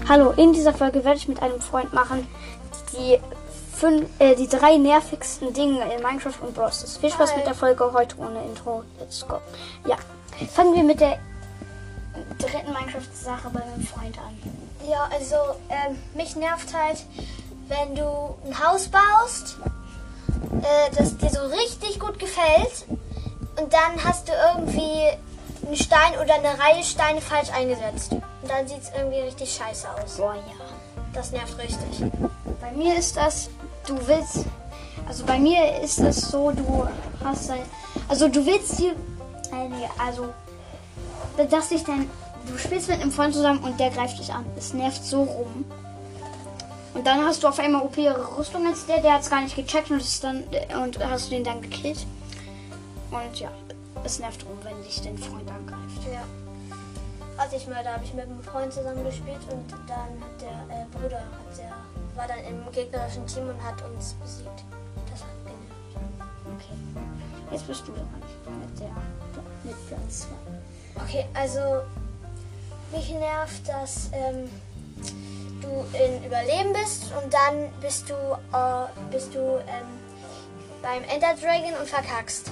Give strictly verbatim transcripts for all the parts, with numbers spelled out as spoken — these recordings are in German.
Hallo, in dieser Folge werde ich mit einem Freund machen die, fünf, äh, die drei nervigsten Dinge in Minecraft und Brawl Stars. Viel Spaß Hi. mit der Folge heute ohne Intro. Let's go. Ja, fangen wir mit der dritten Minecraft-Sache bei meinem Freund an. Ja, also ähm, mich nervt halt, wenn du ein Haus baust, äh, das dir so richtig gut gefällt und dann hast du irgendwie einen Stein oder eine Reihe Steine falsch eingesetzt. Und dann sieht es irgendwie richtig scheiße aus. Boah, ja. Das nervt richtig. Bei mir ist das, du willst, also bei mir ist es so, du hast ein, also du willst dir, äh, nee, also, dass dich dann, du spielst mit einem Freund zusammen und der greift dich an. Es nervt so rum. Und dann hast du auf einmal O P-ere Rüstung als der, der hat es gar nicht gecheckt und, ist dann, und hast du den dann gekillt. Und ja, es nervt rum, wenn dich dein Freund angreift. Ja. Als ich mal, da habe ich mit einem Freund zusammen gespielt und dann hat der äh, Bruder, hat der, war dann im gegnerischen Team und hat uns besiegt. Das hat genervt. Okay. Jetzt bist du dran mit der mit Platz zwei. Okay, also mich nervt, dass ähm, du in Überleben bist und dann bist du, äh, bist du ähm, beim Ender Dragon und verkackst.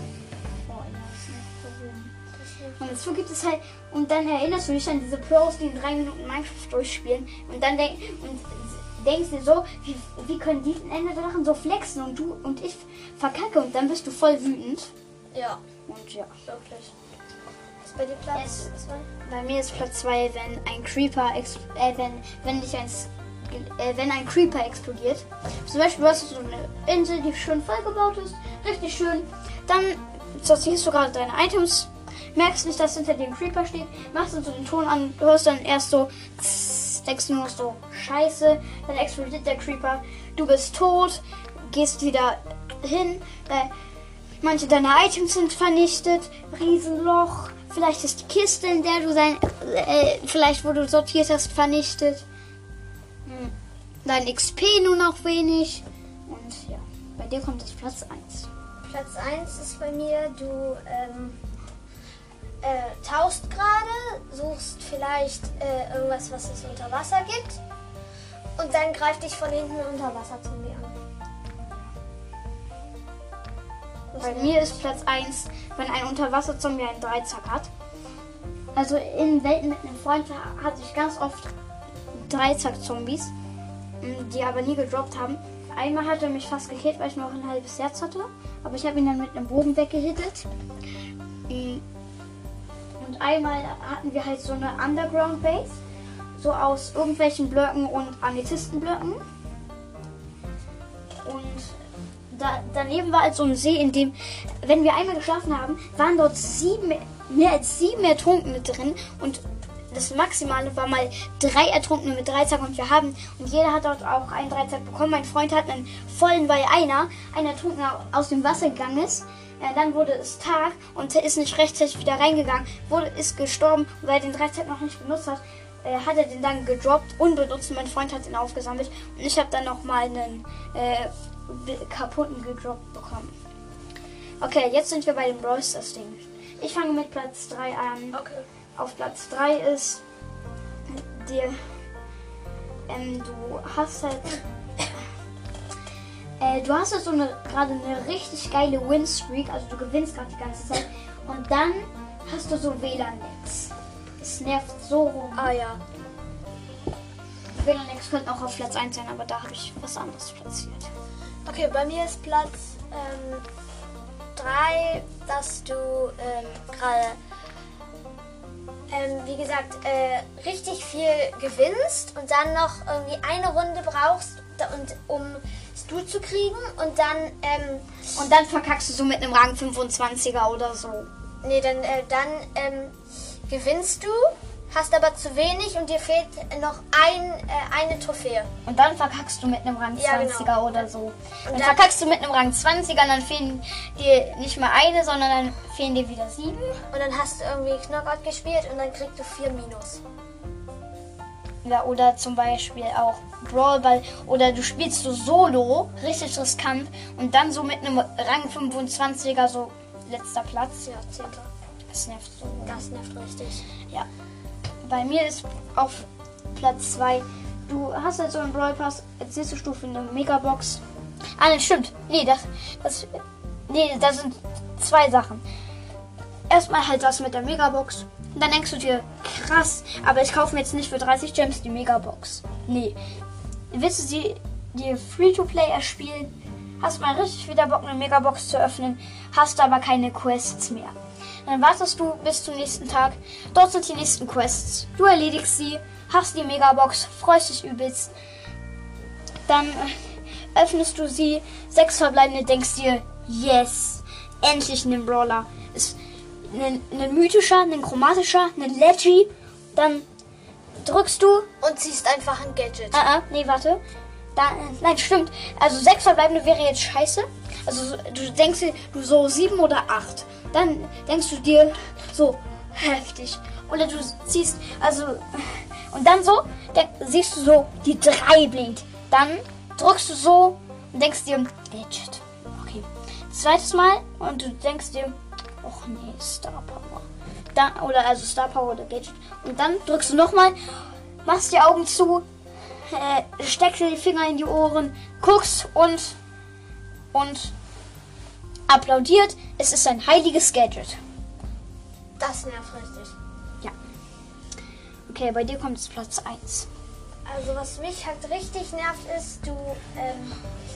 Und dazu gibt es halt, und dann erinnerst du dich an diese Pros, die in drei Minuten Minecraft durchspielen und dann denk, und denkst dir so, wie, wie können die Enderdrachen so flexen und du und ich verkacke und dann bist du voll wütend. Ja. Und ja. Wirklich. Ist bei dir Platz zwei? Bei mir ist Platz zwei, wenn ein Creeper, ex äh, wenn, wenn nicht ein, äh, wenn ein Creeper explodiert. Zum Beispiel du hast so eine Insel, die schön voll gebaut ist, richtig schön. Dann sortierst du gerade deine Items. Merkst nicht, dass hinter dir ein Creeper steht, machst dann so den Ton an, hörst dann erst so, tss, denkst du nur so, scheiße, dann explodiert der Creeper, du bist tot, gehst wieder hin, äh, manche deiner Items sind vernichtet, Riesenloch, vielleicht ist die Kiste, in der du dein, äh, vielleicht wo du sortiert hast, vernichtet, hm. Dein X P nur noch wenig und ja, bei dir kommt das Platz eins. Platz eins ist bei mir, du, ähm, Äh, tauchst gerade, suchst vielleicht äh, irgendwas, was es unter Wasser gibt und dann greift dich von hinten ein Unterwasser-Zombie an. Bei mir ist Platz eins, wenn ein Unterwasser-Zombie einen Dreizack hat. Also in Welten mit einem Freund hatte ich ganz oft Dreizack-Zombies, die aber nie gedroppt haben. Einmal hat er mich fast gekillt, weil ich noch ein halbes Herz hatte, aber ich habe ihn dann mit einem Bogen weggehittet. Und einmal hatten wir halt so eine Underground Base, so aus irgendwelchen Blöcken und Amethystenblöcken. Und da, daneben war halt so ein See, in dem, wenn wir einmal geschlafen haben, waren dort sieben, mehr als sieben Ertrunkene drin. Und das Maximale war mal drei Ertrunkene mit Dreizack und wir haben, und jeder hat dort auch einen Dreizack bekommen. Mein Freund hat einen vollen, weil einer, ein Ertrunkener aus dem Wasser gegangen ist. Äh, dann wurde es Tag und er ist nicht rechtzeitig wieder reingegangen, wurde, ist gestorben, weil er den Dreizack noch nicht benutzt hat, äh, hat er den dann gedroppt, unbenutzt, mein Freund hat ihn aufgesammelt und ich habe dann nochmal einen äh, kaputten gedroppt bekommen. Okay, jetzt sind wir bei dem Brawl Stars Ding. Ich fange mit Platz drei an. Okay. Auf Platz drei ist dir, ähm, du hast halt Äh, du hast jetzt so eine, gerade eine richtig geile Win-Streak, also du gewinnst gerade die ganze Zeit und dann hast du so W L A N-Netz. Es nervt so rum. Ah ja. W L A N-Netz könnten auch auf Platz eins sein, aber da habe ich was anderes platziert. Okay, bei mir ist Platz ähm, drei, dass du ähm, gerade, ähm, wie gesagt, äh, richtig viel gewinnst und dann noch irgendwie eine Runde brauchst, und, um Stu zu kriegen und dann ähm, und dann verkackst du so mit einem Rang fünfundzwanziger oder so. Nee, dann, äh, dann ähm, gewinnst du, hast aber zu wenig und dir fehlt noch ein, äh, eine Trophäe. Und dann verkackst du mit einem Rang ja, zwanziger genau. oder so. Und dann, dann verkackst du mit einem Rang zwanziger, dann fehlen dir nicht mal eine, sondern dann fehlen dir wieder sieben. Und dann hast du irgendwie Knockout gespielt und dann kriegst du vier Minus. Ja, oder zum Beispiel auch Brawl Ball. Oder du spielst so solo, richtig riskant. Und dann so mit einem Rang fünfundzwanziger, so letzter Platz. Ja, zehnter. Das nervt so. Das nervt richtig. Ja. Bei mir ist auf Platz zwei, du hast jetzt so einen Brawl Pass, als nächste Stufe eine Megabox. Ah, das stimmt. Nee, das, das, nee, das sind zwei Sachen. Erstmal halt das mit der Megabox. Und dann denkst du dir, krass, aber ich kaufe mir jetzt nicht für dreißig Gems die Megabox. Nee. Willst du sie dir Free-to-Play erspielen? Hast mal richtig wieder Bock, eine Megabox zu öffnen, hast aber keine Quests mehr. Dann wartest du bis zum nächsten Tag. Dort sind die nächsten Quests. Du erledigst sie, hast die Megabox, freust dich übelst. Dann äh, öffnest du sie, sechs verbleibende, denkst dir, yes, endlich ein Brawler. Ist ein, ein mythischer, ein chromatischer, ein Leggy. Dann drückst du Und ziehst einfach ein Gadget. Ah, ah, nee, warte. Da, nein, stimmt. Also sechs verbleibende wäre jetzt scheiße. Also du denkst dir, du so sieben oder acht. Dann denkst du dir so heftig. Oder du ziehst, also, und dann so, denk, siehst du so, die drei blinkt. Dann drückst du so und denkst dir, Gadget. Okay. Zweites Mal und du denkst dir, och nee, Star Power. Dann, oder also Star Power oder Gadget. Und dann drückst du nochmal, machst die Augen zu, äh, steckst dir die Finger in die Ohren, guckst und und applaudiert. Es ist ein heiliges Gadget. Das nervt richtig. Ja. Okay, bei dir kommt es Platz eins. Also was mich halt richtig nervt ist, du ähm,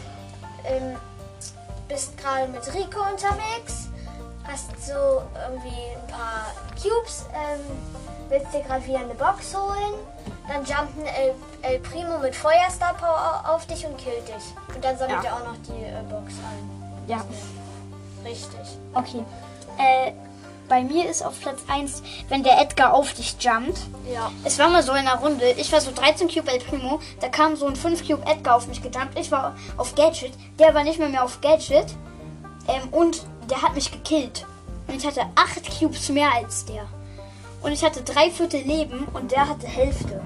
ähm, bist gerade mit Rico unterwegs, hast so irgendwie ein paar Cubes, ähm, willst dir gerade wieder eine Box holen, dann jumpt ein El, El Primo mit Feuerstar Power auf dich und killt dich. Und dann sammelt Ja. er auch noch die äh, Box ein. Ja. Richtig. Okay. Äh, bei mir ist auf Platz eins, wenn der Edgar auf dich jumpt. Ja. Es war mal so in einer Runde, ich war so dreizehn Cube El Primo, da kam so ein fünf Cube Edgar auf mich gejumpt. Ich war auf Gadget, der war nicht mehr mehr auf Gadget. Ähm, und der hat mich gekillt. Und ich hatte acht Cubes mehr als der. Und ich hatte drei Viertel Leben und der hatte Hälfte.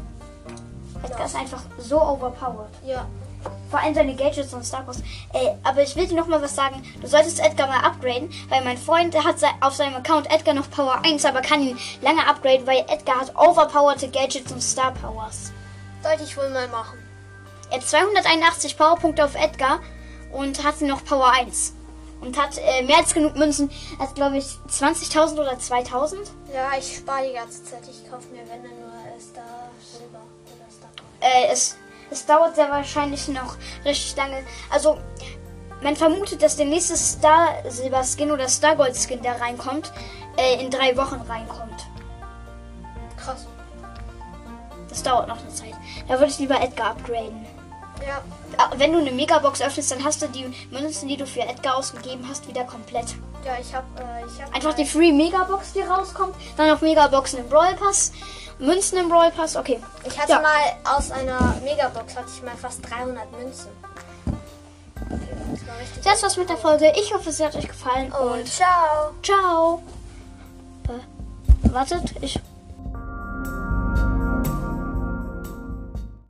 Edgar ist einfach so overpowered. Ja. Vor allem seine Gadgets und Star Wars. Ey, aber ich will dir noch mal was sagen. Du solltest Edgar mal upgraden, weil mein Freund, der hat auf seinem Account Edgar noch Power eins, aber kann ihn lange upgraden, weil Edgar hat overpowerte Gadgets und Star Powers. Sollte ich wohl mal machen. Er hat zweihunderteinundachtzig Powerpunkte auf Edgar und hat noch Power eins. Und hat äh, mehr als genug Münzen. Hat, glaube ich, zwanzigtausend oder zweitausend. Ja, ich spare die ganze Zeit. Ich kaufe mir, wenn dann nur äh, Star Silber oder Star. Äh, es, es dauert sehr wahrscheinlich noch richtig lange. Also, man vermutet, dass der nächste Star Silber Skin oder Star Gold Skin, der reinkommt, äh, in drei Wochen reinkommt. Krass. Das dauert noch eine Zeit. Da würde ich lieber Edgar upgraden. Ja. Wenn du eine Megabox öffnest, dann hast du die Münzen, die du für Edgar ausgegeben hast, wieder komplett. Ja, ich habe äh, ich hab Einfach die Free Megabox, die rauskommt. Dann noch Megaboxen im Brawl Pass. Münzen im Brawl Pass, okay. Ich hatte Ja. mal aus einer Megabox hatte ich mal fast dreihundert Münzen. Das war richtig. Das war's mit der Folge. Ich hoffe, es hat euch gefallen. Und Und ciao. ciao. Äh, wartet, ich